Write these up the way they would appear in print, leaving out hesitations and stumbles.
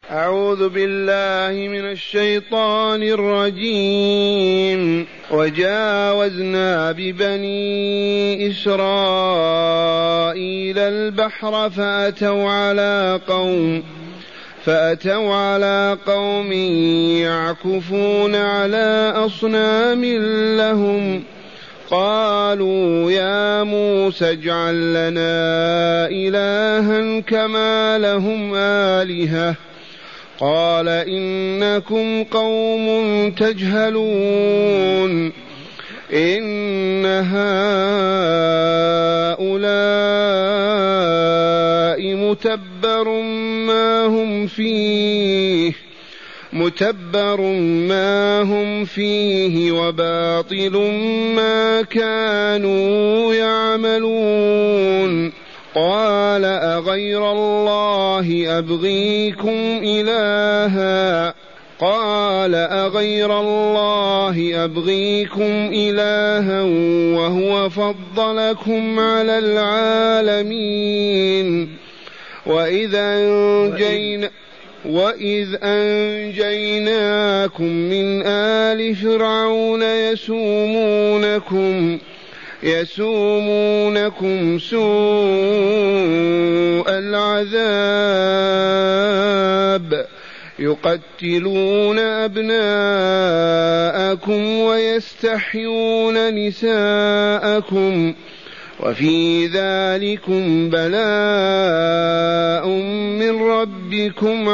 أعوذ بالله من الشيطان الرجيم. وجاوزنا ببني إسرائيل البحر فأتوا على قوم يعكفون على أصنام لهم قالوا يا موسى اجعل لنا إلها كما لهم آلهة قال إنكم قوم تجهلون إن هؤلاء متبر ما هم فيه وباطل ما كانوا يعملون قال أغير الله أبغيكم إلها وهو فضلكم على العالمين وإذ أنجيناكم من آل فرعون يسومونكم سوء العذاب يقتلون أبناءكم ويستحيون نساءكم وفي ذلكم بلاء من ربكم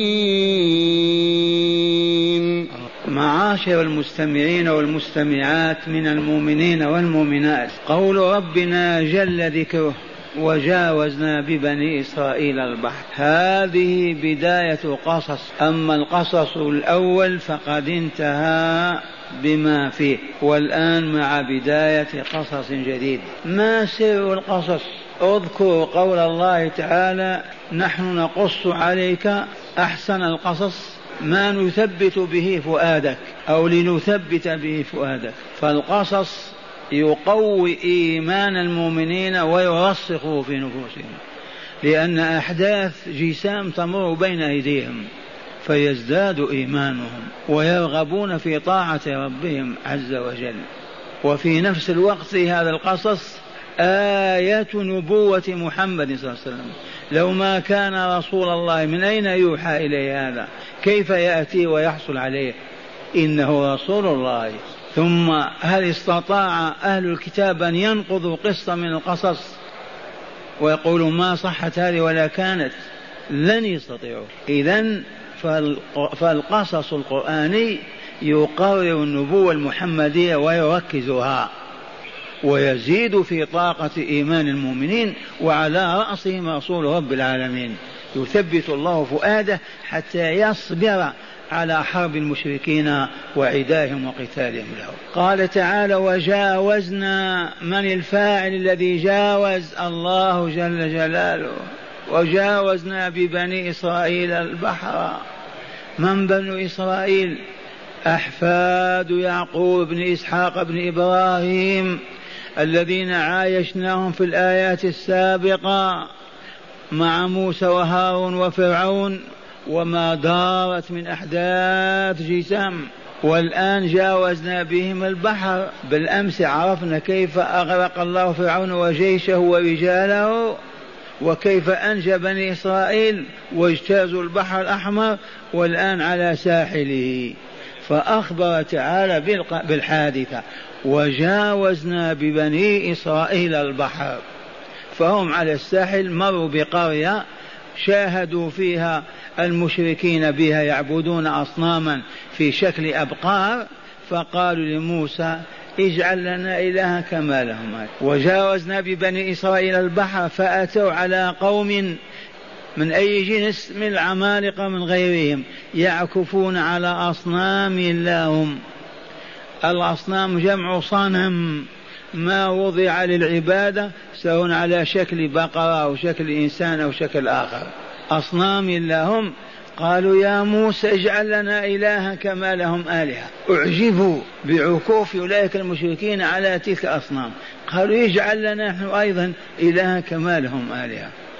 عظيم. معاشر المستمعين والمستمعات من المؤمنين والمؤمنات، قول ربنا جل ذكره وجاوزنا ببني إسرائيل البحر، هذه بداية قصص. أما القصص الأول فقد انتهى بما فيه، والآن مع بداية قصص جديد. ما سر القصص؟ اذكر قول الله تعالى نحن نقص عليك أحسن القصص ما نثبت به فؤادك أو لنثبت به فؤادك. فالقصص يقوي إيمان المؤمنين ويرسخه في نفوسهم، لأن أحداث جسام تمر بين أيديهم فيزداد إيمانهم ويرغبون في طاعة ربهم عز وجل. وفي نفس الوقت في هذا القصص آية نبوة محمد صلى الله عليه وسلم. لو ما كان رسول الله من أين يوحى إليه هذا؟ كيف يأتي ويحصل عليه؟ إنه رسول الله. ثم هل استطاع أهل الكتاب أن ينقضوا قصة من القصص ويقولوا ما صحت هذه ولا كانت؟ لن يستطيعوا. إذن فالقصص القرآني يقرر النبوة المحمدية ويركزها ويزيد في طاقة إيمان المؤمنين، وعلى رأسهم رسول رب العالمين يثبت الله فؤاده حتى يصبر على حرب المشركين وعداهم وقتالهم له. قال تعالى وجاوزنا، من الفاعل الذي جاوز؟ الله جل جلاله. وجاوزنا ببني إسرائيل البحر. من بنو إسرائيل؟ أحفاد يعقوب بن إسحاق بن إبراهيم الذين عايشناهم في الآيات السابقة مع موسى وهارون وفرعون وما دارت من أحداث جسام. والآن جاوزنا بهم البحر. بالأمس عرفنا كيف أغرق الله فرعون وجيشه ورجاله، وكيف أنجى بني إسرائيل واجتازوا البحر الأحمر، والآن على ساحله. فأخبر تعالى بالحادثة وجاوزنا ببني إسرائيل البحر. فهم على الساحل مروا بقرية شاهدوا فيها المشركين بها يعبدون أصناما في شكل أبقار، فقالوا لموسى اجعل لنا إلها كما لهم. وجاوزنا ببني إسرائيل البحر فأتوا على قوم من أي جنس؟ من العمالقة من غيرهم، يعكفون على أصنام لهم. الأصنام جمع صنم ما وضع للعبادة، سواء على شكل بقرة أو شكل إنسان أو شكل آخر، أصنام لهم. قالوا يا موسى اجعل لنا إلها كما لهم آلهة. أعجبوا بعكوف أولئك المشركين على تلك الأصنام، قالوا يجعل لنا نحن أيضا إلها كما لهم آلهة.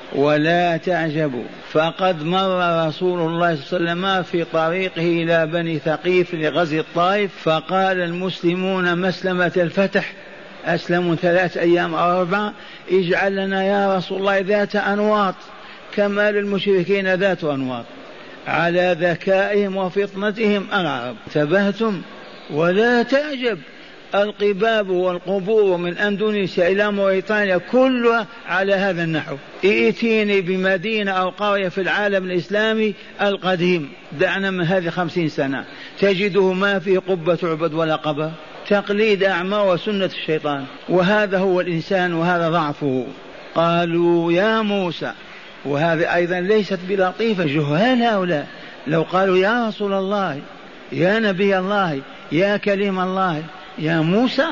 ولا تعجبوا، فقد مر رسول الله صلى الله عليه وسلم في طريقه إلى بني ثقيف لغزو الطائف، فقال المسلمون مسلمة الفتح، أسلموا 3 أيام أو 4، اجعل لنا يا رسول الله ذات أنواط كما للمشركين ذات أنواط، على ذكائهم وفطنتهم العرب. انتبهتم؟ ولا تعجب، القباب والقبور من أندونيسيا إلى موريتانيا كلها على هذا النحو. ائتيني بمدينة أو قرية في العالم الإسلامي القديم، دعنا من هذه 50 سنة، تجده ما في قبة تعبد ولا قبر، تقليد أعمى وسنة الشيطان. وهذا هو الإنسان وهذا ضعفه. قالوا يا موسى، وهذا أيضا ليست بلطيفة، جهال هؤلاء، لو قالوا يا رسول الله، يا نبي الله، يا كليم الله، يا موسى،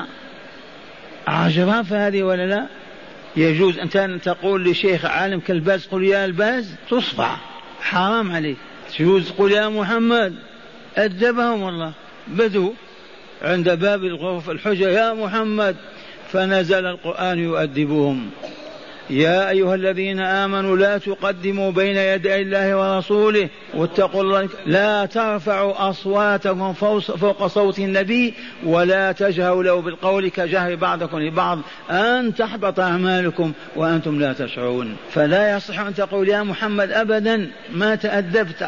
عجرف هذه ولا لا؟ يجوز أن تقول لشيخ عالم كالباز قل يا الباز؟ تصفع، حرام عليك. يجوز قل يا محمد؟ أدبهم والله، بدو عند باب الغرف الحجة يا محمد، فنزل القرآن يؤدبهم. يا أيها الذين آمنوا لا تقدموا بين يدي الله ورسوله واتقوا الله، لا ترفعوا أصواتكم فوق صوت النبي ولا تجهروا له بالقول كجهر بعضكم لبعض أن تحبط أعمالكم وأنتم لا تشعرون. فلا يصح أن تقول يا محمد أبدا، ما تأدبت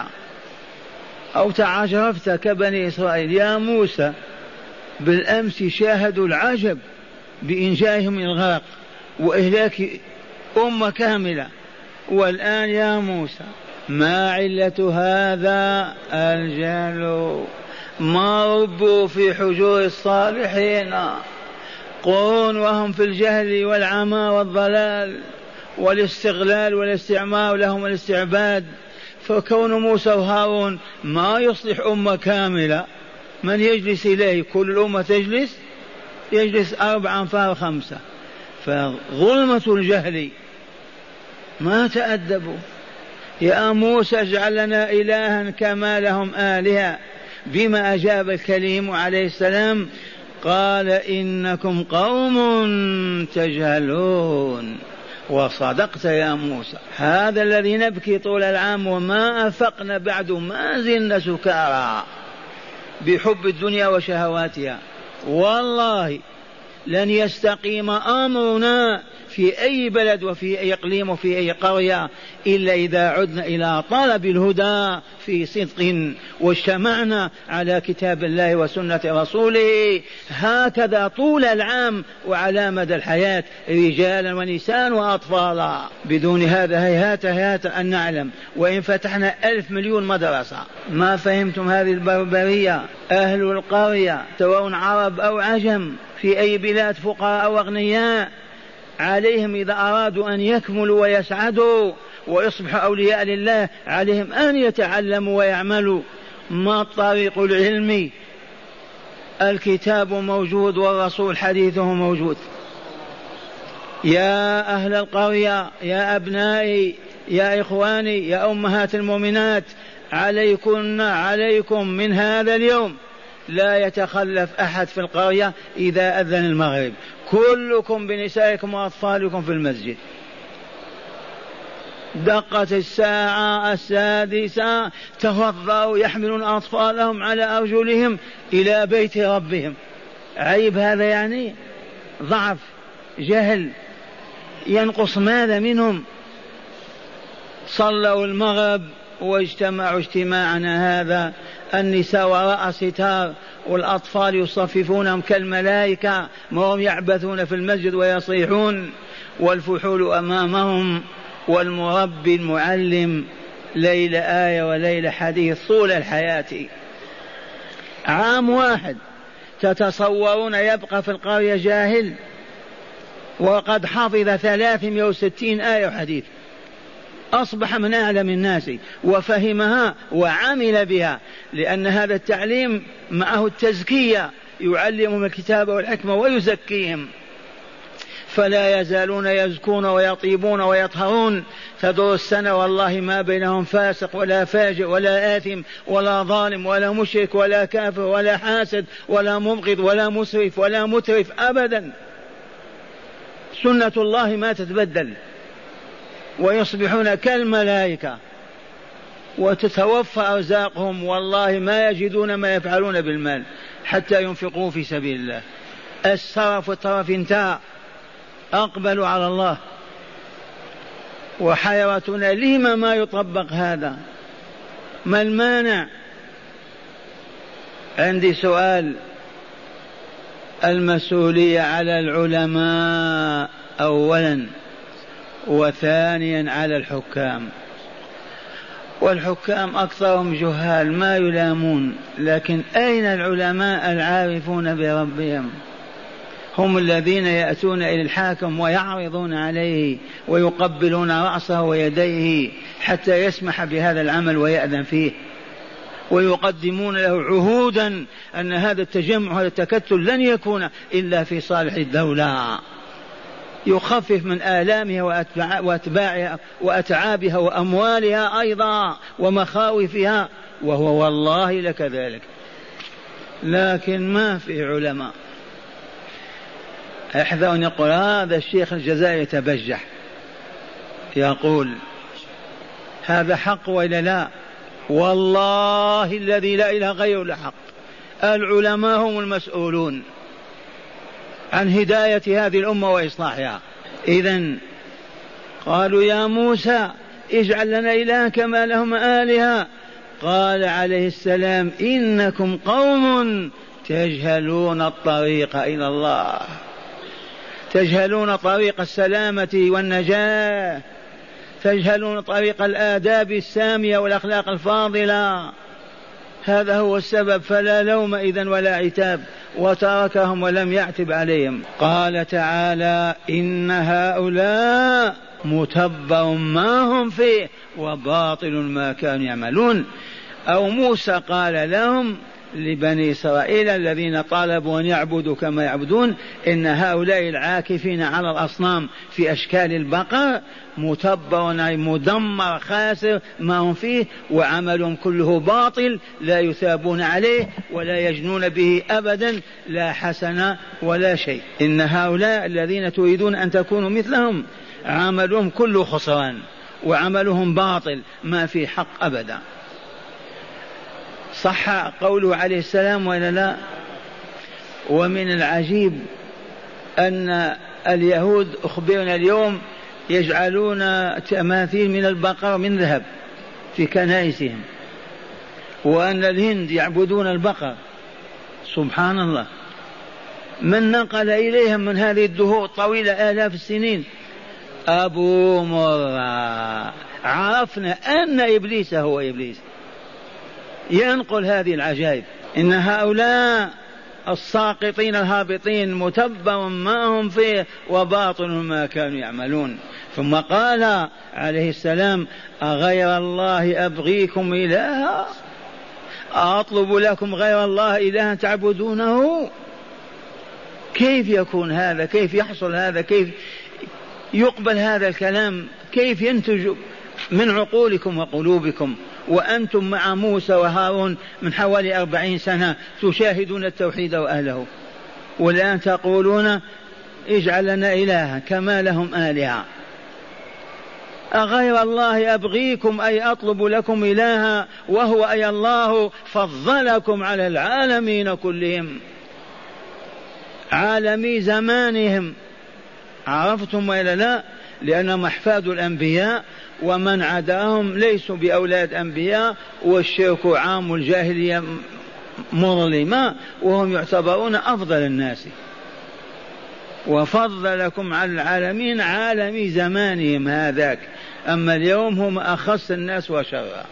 أو تعجرفت كبني إسرائيل. يا موسى، بالأمس شاهدوا العجب بإنجائهم من الغرق وإهلاك أمة كاملة، والآن يا موسى ما علة هذا؟ الجهل، ما ربوا في حجور الصالحين قرون وهم في الجهل والعمى والضلال والاستغلال والاستعمار لهم الاستعباد. فكون موسى وهارون ما يصلح أمة كاملة، من يجلس إليه؟ كل الأمة تجلس، يجلس 4 أو 5. فظلمة الجهل، ما تأدبوا. يا موسى اجعل لنا إلها كما لهم آلهة. بما أجاب الكليم عليه السلام؟ قال إنكم قوم تجهلون. وصدقت يا موسى، هذا الذي نبكي طول العام وما أفقنا بعد، ما زلنا سكارى بحب الدنيا وشهواتها. والله لن يستقيم أمرنا في أي بلد وفي أي إقليم وفي أي قرية إلا إذا عدنا إلى طلب الهدى في صدق واجتمعنا على كتاب الله وسنة رسوله، هكذا طول العام وعلى مدى الحياة، رجالا ونساء وأطفالا. بدون هذا هيهات أن نعلم، وإن فتحنا 1,000 مليون مدرسة ما فهمتم هذه البربرية. أهل القرية سواء عرب أو عجم في أي بلاد، فقراء أو أغنياء، عليهم إذا أرادوا أن يكملوا ويسعدوا ويصبحوا أولياء لله عليهم أن يتعلموا ويعملوا. ما الطريق العلمي؟ الكتاب موجود والرسول حديثه موجود. يا أهل القرية، يا أبنائي، يا إخواني، يا أمهات المؤمنات، عليكم من هذا اليوم لا يتخلف أحد في القرية إذا أذن المغرب، كلكم بنسائكم وأطفالكم في المسجد. دقت الساعة 6 توضأوا يحملون أطفالهم على أرجلهم إلى بيت ربهم. عيب هذا؟ يعني ضعف، جهل، ينقص ماذا منهم؟ صلوا المغرب واجتمعوا اجتماعنا هذا، النساء وراء ستار والأطفال يصففونهم كالملائكة، وهم يعبثون في المسجد ويصيحون، والفحول أمامهم، والمربي المعلم ليلة آية وليلة حديث طول الحياة. عام واحد تتصورون يبقى في القرية جاهل وقد حفظ 360 آية وحديث، أصبح من أعلم الناس وفهمها وعمل بها، لأن هذا التعليم معه التزكية، يعلمهم الكتاب والحكمة ويزكيهم، فلا يزالون يزكون ويطيبون ويطهرون. تدور السنة والله ما بينهم فاسق ولا فاجر ولا آثم ولا ظالم ولا مشرك ولا كافر ولا حاسد ولا مبغض ولا مسرف ولا مترف أبدا. سنة الله ما تتبدل. ويصبحون كالملائكة وتتوفى أرزاقهم، والله ما يجدون ما يفعلون بالمال حتى ينفقوا في سبيل الله. السرف والطرف انتهى، أقبلوا على الله. وحيرتنا لما ما يطبق هذا؟ ما المانع؟ عندي سؤال. المسؤولية على العلماء أولا، وثانيا على الحكام. والحكام أكثرهم جهال ما يلامون، لكن أين العلماء العارفون بربهم؟ هم الذين يأتون إلى الحاكم ويعرضون عليه ويقبلون رأسه ويديه حتى يسمح بهذا العمل ويأذن فيه، ويقدمون له عهودا أن هذا التجمع هذا التكتل لن يكون إلا في صالح الدولة، يخفف من آلامها وأتباعها وأتعابها وأموالها أيضا ومخاوفها، وهو والله لكذلك. لكن ما في علماء. احذروا أن يقول هذا الشيخ الجزائري يتبجح، يقول هذا حق وإلا لا؟ والله الذي لا إله غيره لحق. العلماء هم المسؤولون عن هداية هذه الأمة وإصلاحها. إذن قالوا يا موسى اجعل لنا إلها كما لهم آلهة. قال عليه السلام إنكم قوم تجهلون الطريق إلى الله، تجهلون طريق السلامة والنجاة، تجهلون طريق الآداب السامية والأخلاق الفاضلة. هذا هو السبب، فلا لوم إذن ولا عتاب، وتركهم ولم يعتب عليهم. قال تعالى إن هؤلاء متبر ما هم فيه وباطل ما كانوا يعملون. أو موسى قال لهم لبني إسرائيل الذين طالبوا أن يعبدوا كما يعبدون إن هؤلاء العاكفين على الأصنام في أشكال البقر متبر مدمر خاسر ما هم فيه، وعملهم كله باطل لا يثابون عليه ولا يجنون به أبدا، لا حسنة ولا شيء. إن هؤلاء الذين تريدون أن تكونوا مثلهم عملهم كله خسران وعملهم باطل ما في حق أبدا. صح قوله عليه السلام ولا لا؟ ومن العجيب أن اليهود أخبرنا اليوم يجعلون تماثيل من البقر من ذهب في كنائسهم، وأن الهند يعبدون البقر. سبحان الله، من نقل إليهم من هذه الدهور الطويلة آلاف السنين؟ أبو مرة. عرفنا أن إبليس هو إبليس ينقل هذه العجائب. إن هؤلاء الساقطين الهابطين متبر ما هم فيه وباطل ما كانوا يعملون. ثم قال عليه السلام أغير الله أبغيكم إلها، أطلب لكم غير الله إلها تعبدونه؟ كيف يكون هذا؟ كيف يحصل هذا؟ كيف يقبل هذا الكلام؟ كيف ينتج من عقولكم وقلوبكم وأنتم مع موسى وهارون من حوالي 40 سنة تشاهدون التوحيد وأهله، والآن تقولون اجعل لنا إلها كما لهم آلهة؟ أغير الله أبغيكم أي أطلب لكم إلها وهو أي الله فضلكم على العالمين كلهم، عالمي زمانهم. عرفتم وإلا لا؟ لأنهم أحفاد الأنبياء، ومن عداهم ليسوا بأولاد أنبياء، والشرك عام الجاهلية مظلمة، وهم يعتبرون أفضل الناس. وفضلكم على العالمين عالمي زمانهم هذاك، أما اليوم هم أخص الناس وشرا.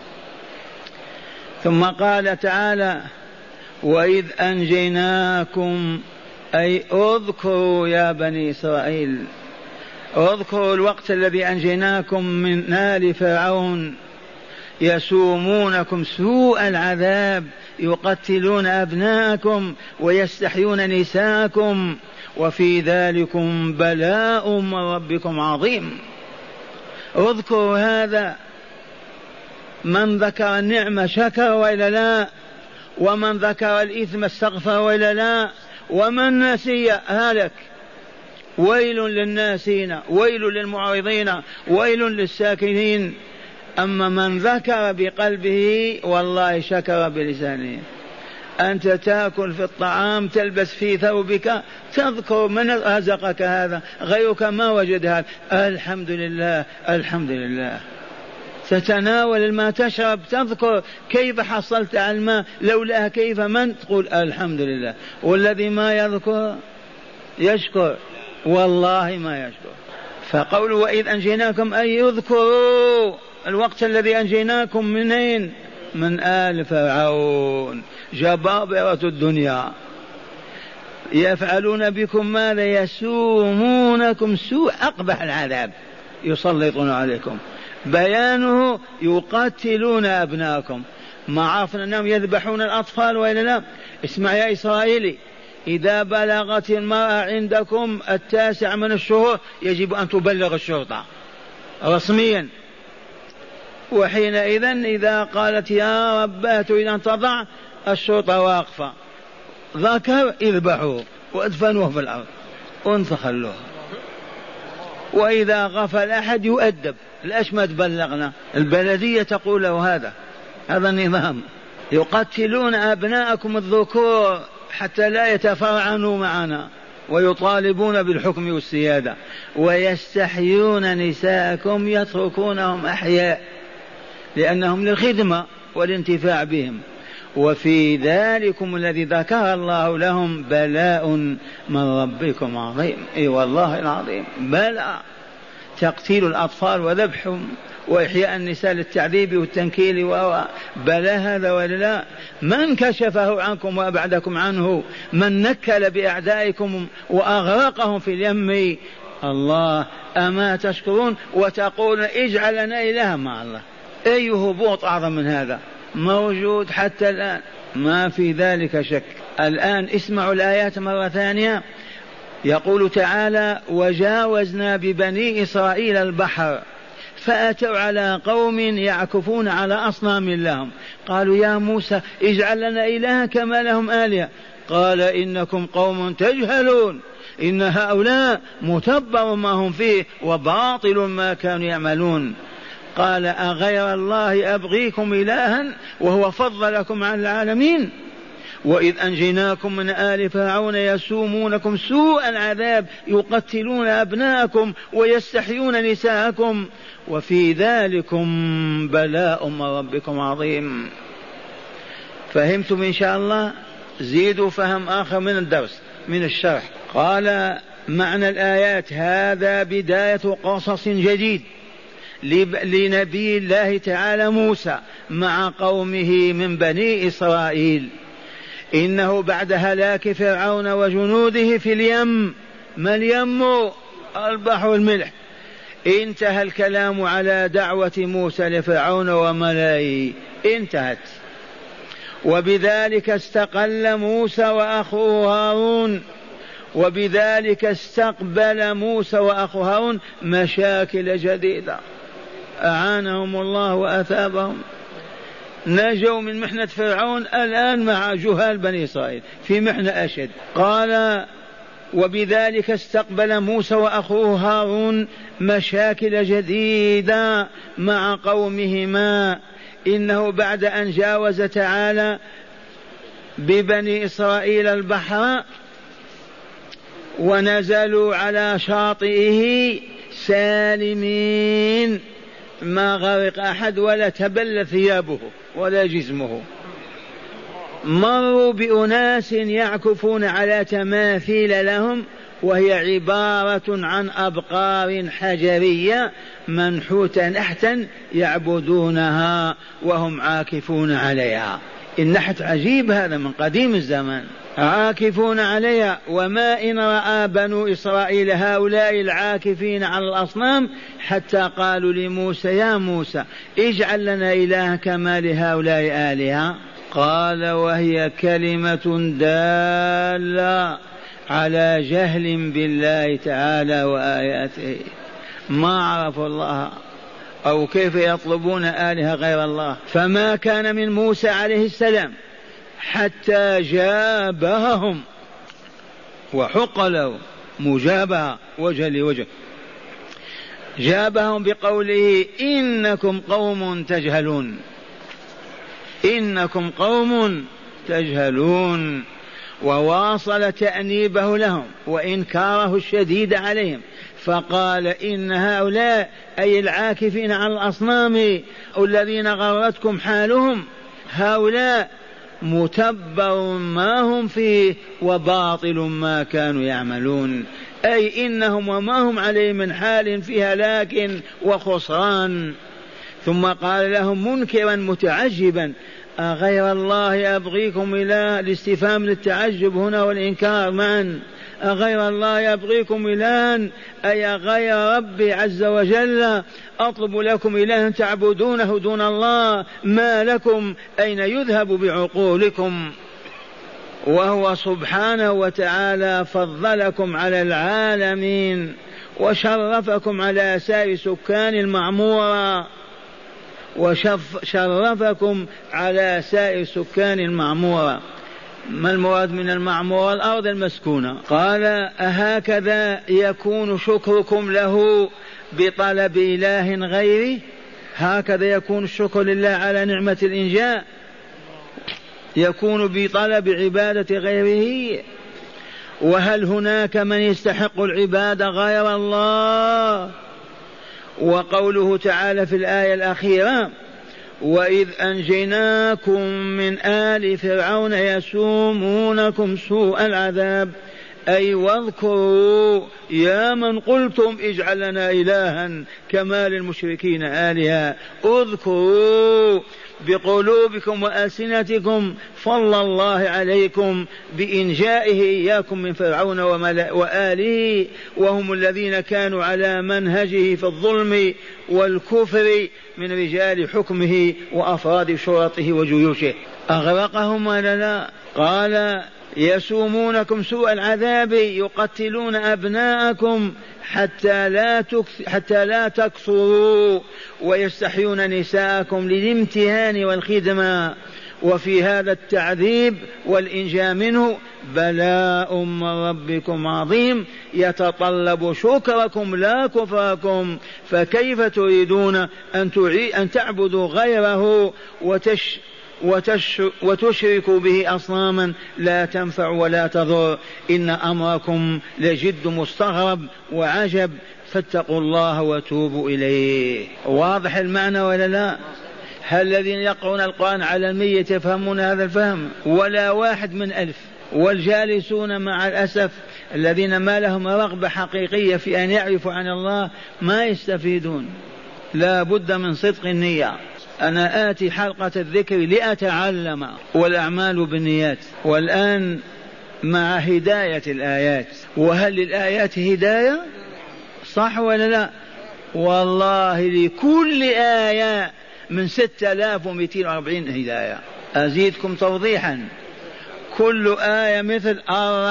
ثم قال تعالى وإذ أنجيناكم أي اذكروا يا بني إسرائيل، اذكروا الوقت الذي أنجيناكم من آل فرعون يسومونكم سوء العذاب، يقتلون أبناءكم ويستحيون نساءكم، وفي ذلكم بلاء من ربكم عظيم. اذكروا هذا. من ذكر النعمة شكر وإلا لا؟ ومن ذكر الإثم استغفر وإلا لا؟ ومن نسي هلك. ويل للناسين ويل للمعرضين ويل للساكنين. أما من ذكر بقلبه والله شكر بلسانه. أنت تأكل في الطعام، تلبس في ثوبك، تذكر من رزقك هذا، غيرك ما وجد هذا، الحمد لله الحمد لله. تتناول الماء، تشرب، تذكر كيف حصلت على الماء، لولا كيف من، تقول الحمد لله. والذي ما يذكر يشكر، والله ما يشكر. فقولوا وإذ أنجيناكم أي يذكروا الوقت الذي أنجيناكم منين؟ من آل فرعون جبابرة الدنيا. يفعلون بكم ماذا؟ يسومونكم سوء أقبح العذاب يسلطون عليكم. بيانه يقتلون أبناءكم. ما عرفنا أنهم يذبحون الأطفال وإلا لا؟ اسمع يا إسرائيلي، إذا بلغت المرأة عندكم 9 من الشهور يجب أن تبلغ الشرطة رسميا. وحينئذ إذا قالت يا ربات إذا تضع، الشرطة واقفة، ذكر اذبحوه وادفنوه في الأرض وانتخلوه. وإذا غفل أحد يؤدب. ليش ما تبلغنا؟ البلدية تقول له هذا النظام. يقتلون أبناءكم الذكور حتى لا يتفرعنوا معنا ويطالبون بالحكم والسيادة، ويستحيون نساءكم يتركونهم أحياء لأنهم للخدمة والانتفاع بهم. وفي ذلكم الذي ذكر الله لهم بلاء من ربكم عظيم. اي والله العظيم بلاء. تقتيل الأطفال وذبحهم وإحياء النساء للتعذيب والتنكيل بلاء هذا ولا لا؟ من كشفه عنكم وأبعدكم عنه؟ من نكل بأعدائكم وأغرقهم في اليم؟ الله. أما تشكرون وتقول اجعل لنا إلها مع الله؟ أي هبوط أعظم من هذا؟ موجود حتى الآن، ما في ذلك شك. الآن اسمعوا الآيات مرة ثانية. يقول تعالى وجاوزنا ببني إسرائيل البحر فأتوا على قوم يعكفون على أصنام لهم قالوا يا موسى اجعل لنا إلها كما لهم آلهة قال إنكم قوم تجهلون إن هؤلاء متبر ما هم فيه وباطل ما كانوا يعملون. قال أغير الله أبغيكم إلها وهو فضلكم على العالمين وإذ أنجيناكم من آل فرعون يسومونكم سوء العذاب يقتلون أبناءكم ويستحيون نساءكم وفي ذلكم بلاء من ربكم عظيم. فهمتم إن شاء الله؟ زيدوا فهم آخر من الدرس من الشرح. قال معنى الآيات هذا بداية قصص جديد لنبي الله تعالى موسى مع قومه من بني إسرائيل. إنه بعد هلاك فرعون وجنوده في اليم، ما اليم؟ البحر الملح، انتهى الكلام على دعوة موسى لفرعون وملئه، انتهت. وبذلك استقل موسى وأخوه هارون، وبذلك استقبل موسى وأخوه هارون مشاكل جديدة أعانهم الله وأثابهم. نجوا من محنة فرعون، الآن مع جهال بني إسرائيل في محنة أشد. قال وبذلك استقبل موسى وأخوه هارون مشاكل جديدة مع قومهما. إنه بعد أن جاوز تعالى ببني إسرائيل البحر ونزلوا على شاطئه سالمين، ما غرق أحد ولا تبل ثيابه ولا جسمه. مروا بأناس يعكفون على تماثيل لهم وهي عبارة عن أبقار حجرية منحوتة نحتا يعبدونها وهم عاكفون عليها. النحت عجيب هذا من قديم الزمان، عاكفون عليها. وما إن رأى بنو إسرائيل هؤلاء العاكفين على الأصنام حتى قالوا لموسى يا موسى اجعل لنا إلها كما لهؤلاء آلهة. قال وهي كلمة دالة على جهل بالله تعالى وآياته، ما عرفوا الله أو كيف يطلبون آلهة غير الله. فما كان من موسى عليه السلام حتى جابههم وحق له مجابهة وجه لوجه. جابهم بقوله إنكم قوم تجهلون، إنكم قوم تجهلون، وواصل تأنيبه لهم وإنكاره الشديد عليهم، فقال إن هؤلاء أي العاكفين على الأصنام الذين غرتكم حالهم هؤلاء متبر ما هم فيه وباطل ما كانوا يعملون، أي إنهم وما هم عليه من حال في هلاك وخسران. ثم قال لهم منكرا متعجبا أغير الله أبغيكم إله، الاستفهام للتعجب هنا والإنكار معا، أغير الله يبغيكم إلها أي غير ربي عز وجل أطلب لكم إلها تعبدونه دون الله، ما لكم أين يذهب بعقولكم؟ وهو سبحانه وتعالى فضلكم على العالمين وشرفكم على سائر سكان المعمورة، وشرفكم على سائر سكان المعمورة. ما المراد من المعمورة؟ الأرض المسكونة. قال أهكذا يكون شكركم له بطلب إله غيره؟ هكذا يكون الشكر لله على نعمة الإنجاء، يكون بطلب عبادة غيره؟ وهل هناك من يستحق العبادة غير الله؟ وقوله تعالى في الآية الأخيرة وإذ أنجيناكم من آل فرعون يسومونكم سوء العذاب، أي واذكروا يا من قلتم اجعل لنا إلها كما للمشركين آلهة، اذكروا بقلوبكم وألسنتكم فضل الله عليكم بإنجائه إياكم من فرعون وآله، وهم الذين كانوا على منهجه في الظلم والكفر من رجال حكمه وأفراد شرطه وجيوشه. أغرقهم ولا لا؟ قال يسومونكم سوء العذاب، يقتلون أبناءكم حتى لا تكثروا، ويستحيون نساءكم للامتهان والخدمة. وفي هذا التعذيب والإنجاء منه بلاء من ربكم عظيم يتطلب شكركم لا كفركم، فكيف تريدون أن تعبدوا غيره وتشركوا به أصناما لا تنفع ولا تضر؟ إن أمركم لجد مستغرب وعجب، فاتقوا الله وتوبوا إليه. واضح المعنى ولا لا؟ هل الذين يقرؤون القرآن على المية يفهمون هذا الفهم؟ ولا واحد من 1000. والجالسون مع الأسف الذين ما لهم رغبة حقيقية في أن يعرفوا عن الله ما يستفيدون. لا بد من صدق النية. أنا آتي حلقة الذكر لأتعلم والأعمال بالنيات، والآن مع هداية الآيات. وهل للآيات هداية؟ صح ولا لا؟ والله لكل آية من 6240 هداية. أزيدكم توضيحا، كل آية مثل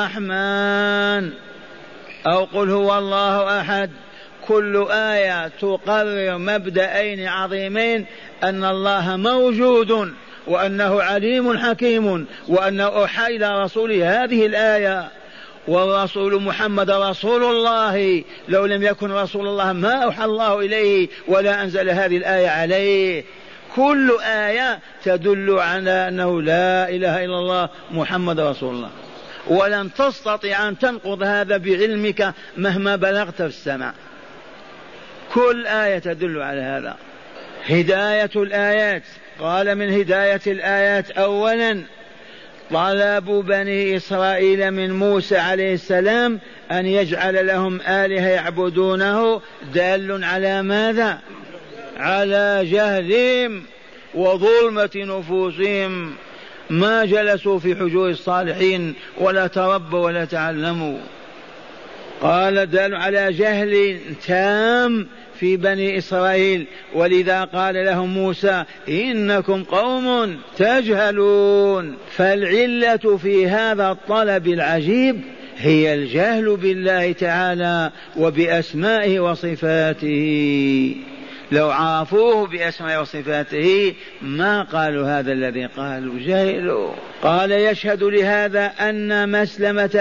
الرحمن أو قل هو الله أحد، كل آية تقرر مبدأين عظيمين: أن الله موجود وأنه عليم حكيم، وأنه أوحى إلى رسوله هذه الآية، والرسول محمد رسول الله، لو لم يكن رسول الله ما أوحى الله إليه ولا أنزل هذه الآية عليه. كل آية تدل على أنه لا إله إلا الله محمد رسول الله، ولن تستطيع أن تنقض هذا بعلمك مهما بلغت في السماء. كل آية تدل على هذا. هداية الآيات، قال من هداية الآيات أولا طلب بني إسرائيل من موسى عليه السلام أن يجعل لهم آلهة يعبدونه، دال على ماذا؟ على جهلهم وظلمة نفوسهم، ما جلسوا في حجور الصالحين ولا تربوا ولا تعلموا. قال دال على جهل تام في بني إسرائيل، ولذا قال لهم موسى إنكم قوم تجهلون. فالعلة في هذا الطلب العجيب هي الجهل بالله تعالى وبأسمائه وصفاته. لو عرفوه بأسماء وصفاته ما قالوا هذا الذي قالوا، جهلوا. قال يشهد لهذا أن مسلمة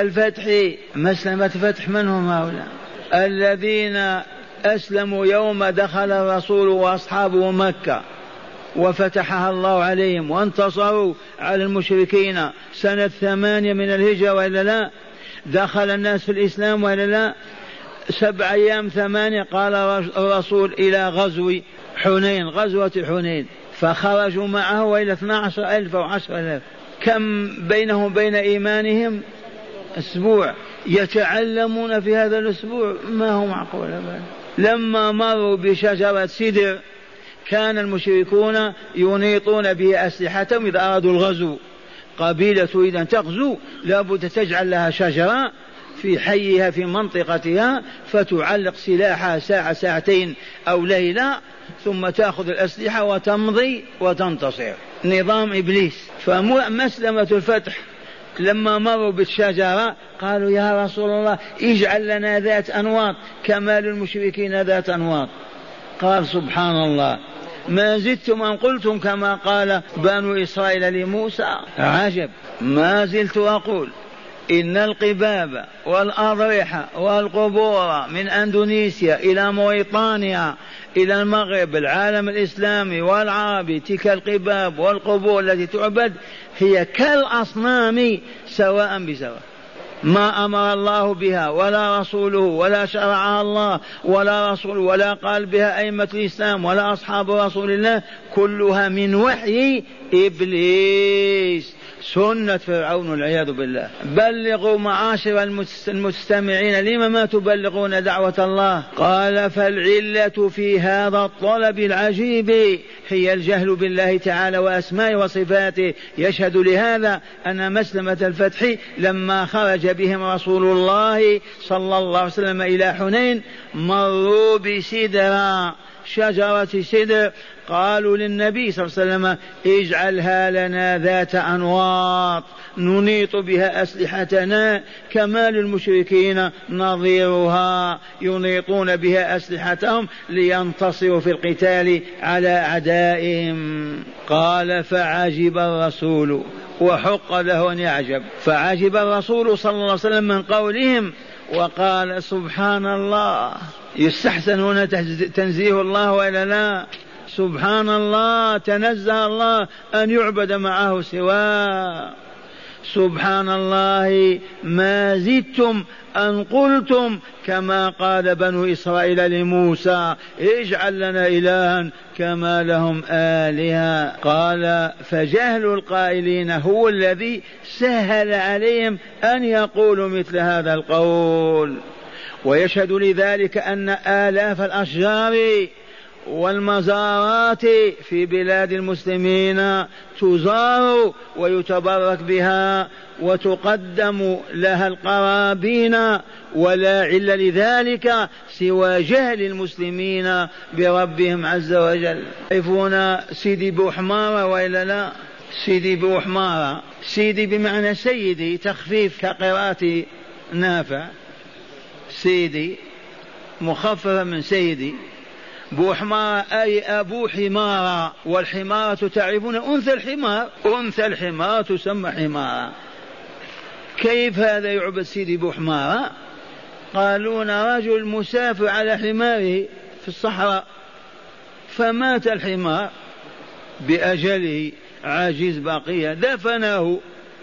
الفتح من هم هؤلاء؟ الذين أسلموا يوم دخل الرسول وأصحابه مكة وفتحها الله عليهم وانتصروا على المشركين سنة 8 من الهجرة، وإلا لا؟ دخل الناس في الإسلام وإلا لا؟ 7 أيام 8 قال الرسول إلى غزوة حنين، فخرجوا معه وإلى 12,000 أو 10,000. كم بينهم بين إيمانهم؟ أسبوع. يتعلمون في هذا الأسبوع ما هو معقول أبدا. لما مروا بشجرة سدر كان المشركون ينيطون به أسلحتهم إذا أرادوا الغزو. قبيلة تريد أن تغزو لابد تجعل لها شجرة في حيها في منطقتها فتعلق سلاحها ساعة ساعتين أو ليلة، ثم تأخذ الأسلحة وتمضي وتنتصر. نظام إبليس. فمسلمة الفتح لما مروا بالشجرة قالوا يا رسول الله اجعل لنا ذات أنواط كما للمشركين ذات أنواط. قال سبحان الله ما زدتم أن قلتم كما قال بنو إسرائيل لموسى. عجب. ما زلت أقول إن القباب والأضرحة والقبور من أندونيسيا إلى موريطانيا إلى المغرب العالم الإسلامي والعربي، تلك القباب والقبور التي تعبد هي كالأصنام سواء بسواء، ما أمر الله بها ولا رسوله ولا شرعها الله ولا رسول ولا قال بها أئمة الإسلام ولا أصحاب رسول الله، كلها من وحي إبليس، سنة فرعون والعياذ بالله. بلغوا معاشر المستمعين لما ما تبلغون دعوة الله. قال فالعلة في هذا الطلب العجيب هي الجهل بالله تعالى وأسماء وصفاته. يشهد لهذا أن مسلمة الفتح لما خرج بهم رسول الله صلى الله عليه وسلم إلى حنين مروا بسدرة، شجرة سدر، قالوا للنبي صلى الله عليه وسلم اجعلها لنا ذات أنواط ننيط بها أسلحتنا كما للمشركين نظيرها ينيطون بها أسلحتهم لينتصروا في القتال على أعدائهم. قال فعجب الرسول، وحق له أن يعجب، فعجب الرسول صلى الله عليه وسلم من قولهم وقال سبحان الله. يستحسن هنا تنزيه الله وإلا لا؟ سبحان الله، تنزه الله أن يعبد معه سواه. سبحان الله ما زدتم أن قلتم كما قال بنو إسرائيل لموسى اجعل لنا إلها كما لهم آلهة. قال فجهل القائلين هو الذي سهل عليهم أن يقولوا مثل هذا القول. ويشهد لذلك أن آلاف الأشجار والمزارات في بلاد المسلمين تزار ويتبرك بها وتقدم لها القرابين، ولا عل لذلك سوى جهل المسلمين بربهم عز وجل. تعرفون سيدي بوحمارة وإلا لا؟ سيدي بوحمارة، سيدي بمعنى سيدي، تخفيف كقراءة نافع، سيدي مخففة من سيدي. بوحمارة أي أبو حمارة، والحمارة تعرفون أنثى الحمار، أنثى الحمار تسمى حمارة. كيف هذا يعبد سيدي بوحمارة؟ قالون رجل مسافر على حماره في الصحراء فمات الحمار بأجله، عاجز بقية، دفنه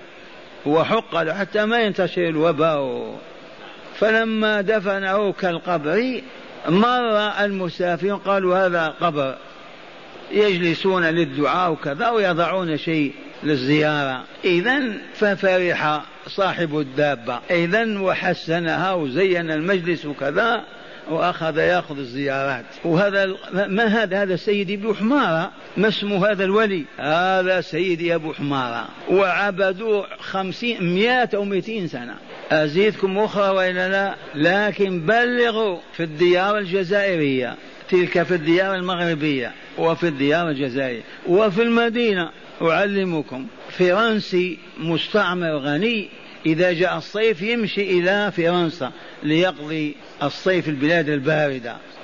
وحق له حتى ما ينتشر الوباء. فلما دفنه كالقبر مر المسافر قالوا هذا قبر، يجلسون للدعاء وكذا ويضعون شيء للزيارة. إذن ففرح صاحب الدابة إذن وحسنها وزين المجلس وكذا وأخذ يأخذ الزيارات. وهذا ما هذا سيدي أبو حمارة، ما اسمه هذا الولي؟ هذا سيدي أبو حمارة، وعبدوا 100 أو 200 سنة. أزيدكم أخرى وإلا لا؟ لكن بلغوا في الديار الجزائرية، تلك في الديار المغربية وفي الديار الجزائرية وفي المدينة. أعلمكم فرنسي مستعمر غني إذا جاء الصيف يمشي إلى فرنسا ليقضي الصيف البلاد الباردة،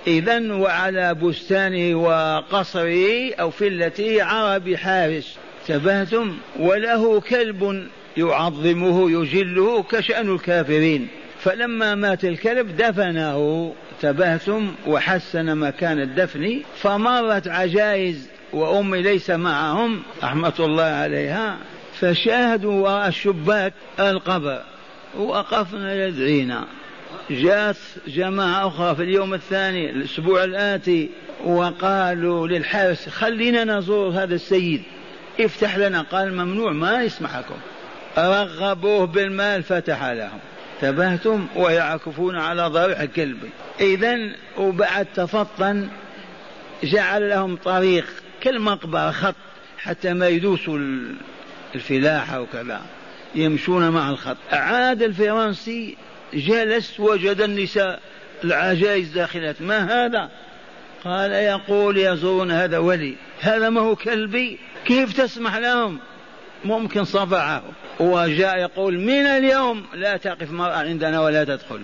إذن وعلى بستانه وقصره أو فلته عربي حارس، تبهتم، وله كلب يعظمه يجله كشأن الكافرين، فلما مات الكلب دفنه، تبهتم، وحسن مكان الدفن. فمرت عجائز وأمي ليس معهم رحمة الله عليها، فشاهدوا وراء الشباك القبر، وقفنا يدعينا. جاءت جماعة أخرى في اليوم الثاني الأسبوع الآتي وقالوا للحارس خلينا نزور هذا السيد، افتح لنا. قال ممنوع، ما يسمحكم. رغبوه بالمال فتح لهم، تبهتم، ويعكفون على ضريح الكلب. إذن وبعد تفطن جعل لهم طريق كالمقبرة خط حتى ما يدوسوا الفلاحة وكذا، يمشون مع الخط. عاد الفرنسي جلس وجد النساء العجائز داخلات، ما هذا؟ قال يقول يزورون هذا ولي، هذا ما هو كلبي، كيف تسمح لهم؟ ممكن صفعه. وجاء يقول من اليوم لا تقف مرأة عندنا ولا تدخل.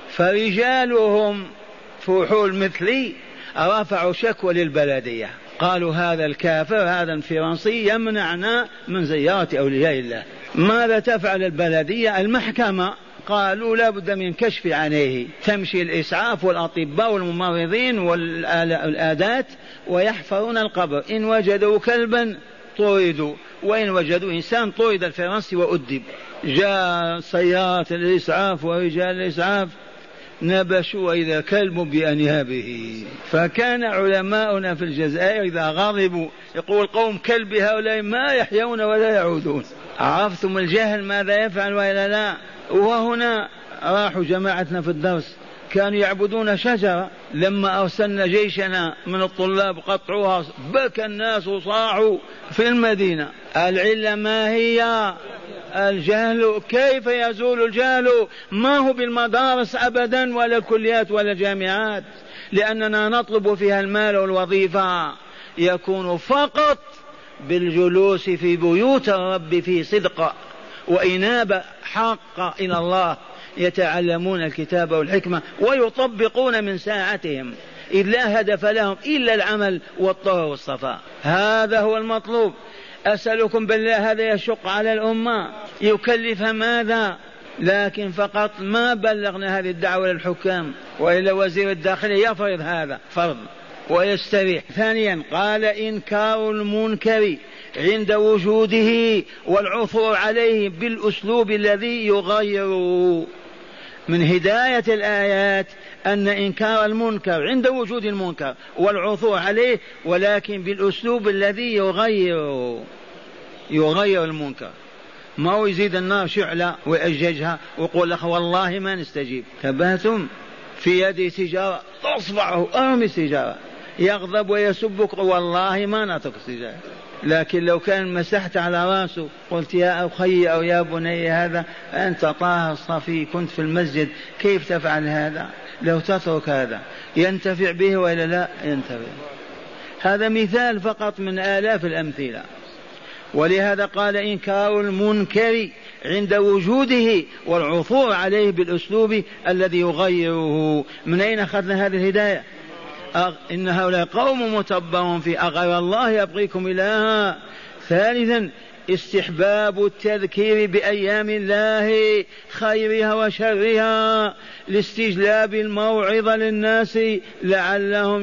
فرجالهم فحول مثلي رفعوا شكوى للبلدية، قالوا هذا الكافر هذا الفرنسي يمنعنا من زيارة أولياء الله. ماذا تفعل البلدية؟ المحكمة قالوا لا بد من كشف عليه، تمشي الإسعاف والأطباء والممرضين والآدات ويحفرون القبر، إن وجدوا كلبا طردوا، وإن وجدوا إنسان طرد الفرنسي وأدب. جاء سيارة الإسعاف ورجال الإسعاف نبشوا إذا كلب بأنيابه. فكان علماؤنا في الجزائر إذا غضبوا يقول قوم كلب هؤلاء ما يحيون ولا يعودون. عرفتم الجهل ماذا يفعل وإلا لا؟ وهنا راحوا جماعتنا في الدرس كانوا يعبدون شجرة، لما أرسلنا جيشنا من الطلاب قطعوها، بكى الناس وصاحوا في المدينة. العلة ما هي؟ الجهل. كيف يزول الجهل؟ ما هو بالمدارس أبدا ولا الكليات ولا الجامعات، لأننا نطلب فيها المال والوظيفة، يكون فقط بالجلوس في بيوت الرب في صدق وإنابة حق إلى الله، يتعلمون الكتاب والحكمة ويطبقون من ساعتهم، إذ لا هدف لهم إلا العمل والطهر والصفاء. هذا هو المطلوب. أسألكم بالله هذا يشق على الأمة، يكلفها ماذا؟ لكن فقط ما بلغنا هذه الدعوة للحكام، وإلا وزير الداخلية يفرض هذا فرض ويستريح. ثانيا قال إنكار المنكر عند وجوده والعثور عليه بالأسلوب الذي يغيره. من هداية الآيات أن إنكار المنكر عند وجود المنكر والعثور عليه، ولكن بالأسلوب الذي يغير المنكر، ما هو يزيد النار شعلة ويأججها ويقول لك والله ما نستجيب. تبهتم، في يدي سيجارة تصبعه أرمي سيجارة، يغضب ويسبك والله ما نترك السيجارة. لكن لو كان مسحت على راسه قلت يا أخي أو يا بني هذا أنت طاهر صفي كنت في المسجد، كيف تفعل هذا؟ لو تترك هذا ينتفع به وإلا لا ينتفع. هذا مثال فقط من آلاف الأمثلة. ولهذا قال إنكار المنكر عند وجوده والعثور عليه بالأسلوب الذي يغيره. من أين أخذنا هذه الهداية؟ إن هؤلاء قوم متبر في أغير الله يبغيكم إلها. ثالثا استحباب التذكير بأيام الله خيرها وشرها لاستجلاب الموعظة للناس لعلهم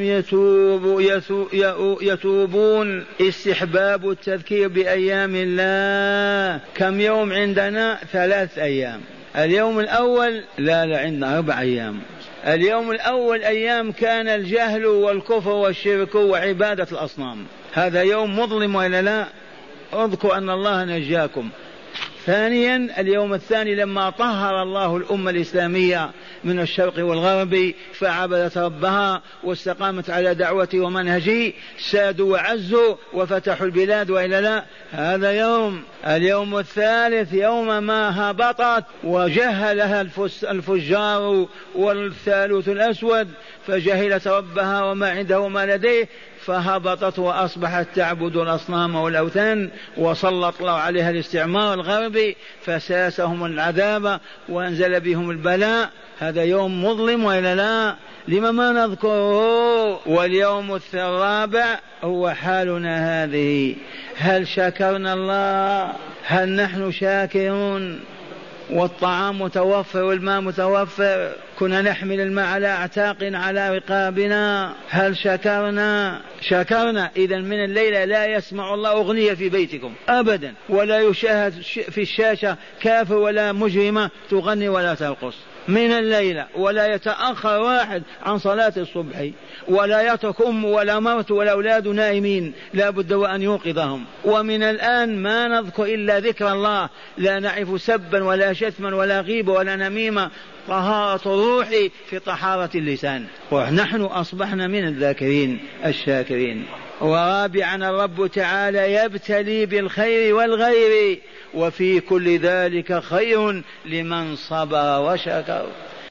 يتوبون. استحباب التذكير بأيام الله. كم يوم عندنا؟ 3 أيام. اليوم الأول لا عندنا 4 أيام. اليوم الأول أيام كان الجهل والكفر والشرك وعبادة الأصنام، هذا يوم مظلم وإلا لا؟ اذكروا أن الله نجاكم. ثانيا اليوم الثاني لما طهر الله الأمة الإسلامية من الشرق والغرب فعبدت ربها واستقامت على دعوته ومنهجه، سادوا وعزوا وفتحوا البلاد وإلا لا؟ هذا يوم. اليوم الثالث يوم ما هبطت وجهلها الفجار والثالوث الأسود، فجهلت ربها وما عنده وما لديه فهبطت وأصبحت تعبد الأصنام والأوثان، وسلط الله عليها الاستعمار الغربي فساسهم العذاب وأنزل بهم البلاء. هذا يوم مظلم وإلا لا؟ لما ما نذكره؟ واليوم الرابع هو حالنا هذه. هل شكرنا الله؟ هل نحن شاكرون؟ والطعام متوفر والماء متوفر، كنا نحمل الماء على أعتاقنا على رقابنا. هل شكرنا؟ شكرنا. إذا من الليلة لا يسمع الله أغنية في بيتكم أبدا، ولا يشاهد في الشاشة كافر ولا مجرمة تغني ولا ترقص من الليلة، ولا يتأخر واحد عن صلاة الصبح، ولا يترك أم ولا مرت ولا أولاد نائمين، لا بد وأن يوقظهم. ومن الآن ما نذكر إلا ذكر الله، لا نعرف سبا ولا شتما ولا غيبة ولا نميمة، طهارة الروح في طهارة اللسان، ونحن أصبحنا من الذاكرين الشاكرين. ورابعا الرب تعالى يبتلي بالخير والغير، وفي كل ذلك خير لمن صبر وشكر.